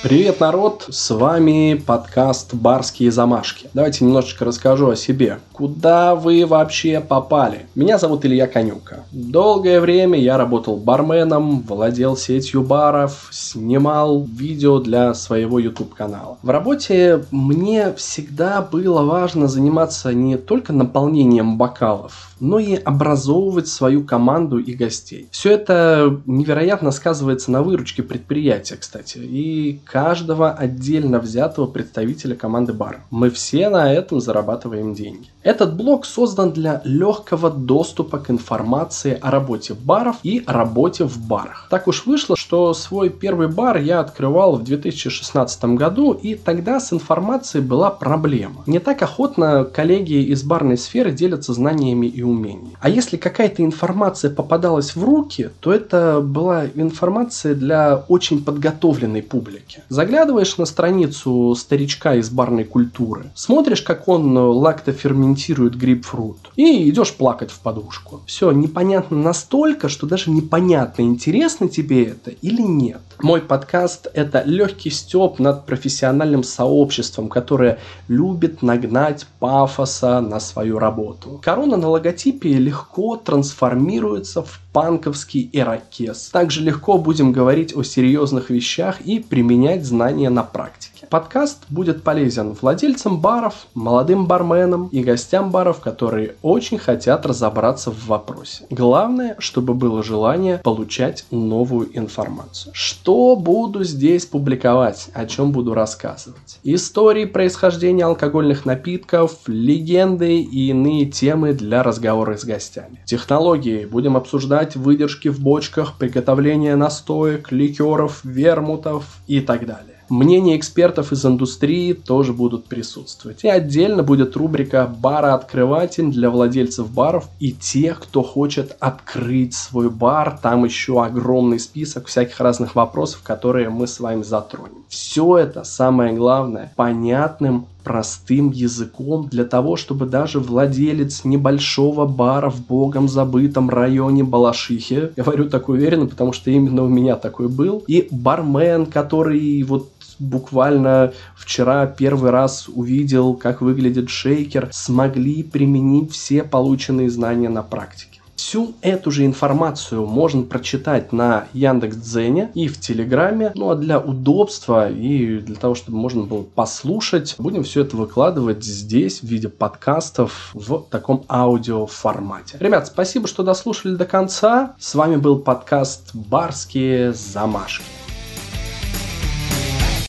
Привет, народ! С вами подкаст «Барские замашки». Давайте немножечко расскажу о себе. Куда вы вообще попали? Меня зовут Илья Конюка. Долгое время я работал барменом, владел сетью баров, снимал видео для своего YouTube-канала. В работе мне всегда было важно заниматься не только наполнением бокалов, но и образовывать свою команду и гостей. Все это невероятно сказывается на выручке предприятия, кстати, и каждого отдельно взятого представителя команды бара. Мы все на этом зарабатываем деньги. Этот блог создан для легкого доступа к информации о работе баров и работе в барах. Так уж вышло, что свой первый бар я открывал в 2016 году, и тогда с информацией была проблема. Не так охотно коллеги из барной сферы делятся знаниями и умениями. А если какая-то информация попадалась в руки, то это была информация для очень подготовленной публики. Заглядываешь на страницу старичка из барной культуры, смотришь, как он лактоферментирует грейпфрут, и идешь плакать в подушку. Все непонятно настолько, что даже непонятно, интересно тебе это или нет. Мой подкаст – это легкий стёб над профессиональным сообществом, которое любит нагнать пафоса на свою работу. Корона на логотипе легко трансформируется в панковский ирокез. Также легко будем говорить о серьезных вещах и применять знания на практике. Подкаст будет полезен владельцам баров, молодым барменам и гостям баров, которые очень хотят разобраться в вопросе. Главное, чтобы было желание получать новую информацию. Что буду здесь публиковать? О чем буду рассказывать? Истории происхождения алкогольных напитков, легенды и иные темы для разговора с гостями. Технологии. Будем обсуждать выдержки в бочках, приготовление настоек, ликеров, вермутов и так далее. Мнения экспертов из индустрии тоже будут присутствовать. И отдельно будет рубрика «Барооткрыватель» для владельцев баров и тех, кто хочет открыть свой бар. Там еще огромный список всяких разных вопросов, которые мы с вами затронем. Все это, самое главное, понятным, простым языком для того, чтобы даже владелец небольшого бара в богом забытом районе Балашихи, я говорю так уверенно, потому что именно у меня такой был, и бармен, который буквально вчера первый раз увидел, как выглядит шейкер, смогли применить все полученные знания на практике. Всю эту же информацию можно прочитать на Яндекс.Дзене и в Телеграме. Ну а для удобства и для того, чтобы можно было послушать, будем все это выкладывать здесь в виде подкастов в таком аудиоформате. Ребят, спасибо, что дослушали до конца. С вами был подкаст «Барские замашки».